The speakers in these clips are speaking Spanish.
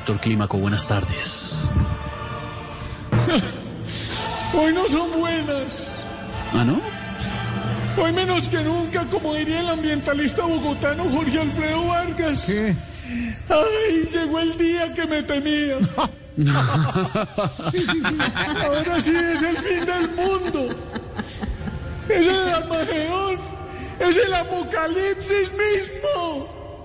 doctor Clímaco, buenas tardes. Hoy no son buenas. ¿Ah, no? Hoy menos que nunca, como diría el ambientalista bogotano Jorge Alfredo Vargas. ¿Qué? Ay, llegó el día que me temía. Ahora sí es el fin del mundo. Es el Armagedón. Es el apocalipsis mismo.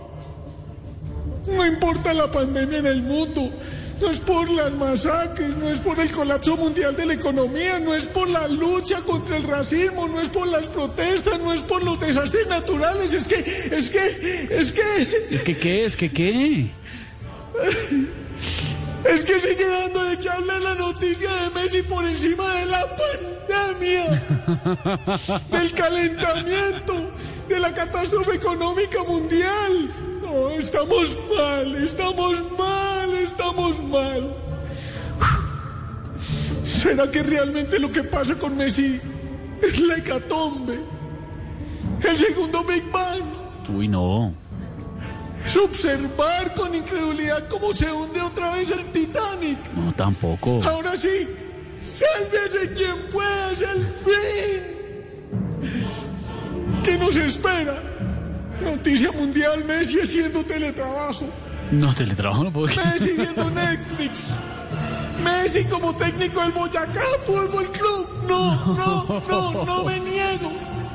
No importa la pandemia en el mundo. No es por las masacres, no es por el colapso mundial de la economía, no es por la lucha contra el racismo, no es por las protestas, no es por los desastres naturales, es que... ¿Es que qué? Es que sigue dando de qué hablar la noticia de Messi por encima de la pandemia, del calentamiento, de la catástrofe económica mundial. No, estamos mal. ¿Será que realmente lo que pasa con Messi es la hecatombe? El segundo Big Bang. Uy, no. Es observar con incredulidad cómo se hunde otra vez el Titanic. No, tampoco. Ahora sí, sálvese quien pueda, es el fin. ¿Qué nos espera? Noticia mundial, Messi haciendo teletrabajo. No, teletrabajo no puedo. Messi viendo Netflix. Messi como técnico del Boyacá Fútbol Club. No me niego.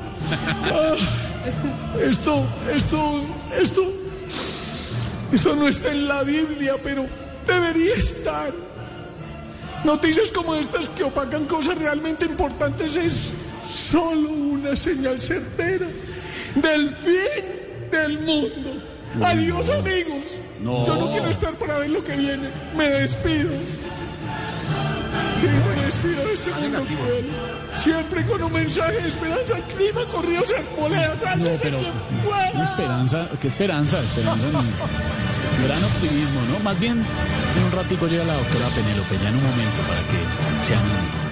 Esto no está en la Biblia, pero debería estar. Noticias como estas que opacan cosas realmente importantes es solo una señal certera del fin del mundo. Adiós, amigos. No. Yo no quiero estar para ver lo que viene. Me despido. Sí, me despido de este mundo cruel. Siempre con un mensaje de esperanza. Clima, corridos, arboledas, No, sálvese pero quien pueda. ¿qué esperanza? Gran optimismo, ¿no? Más bien, en un ratico llega la doctora Penélope, ya en un momento, para que se anime.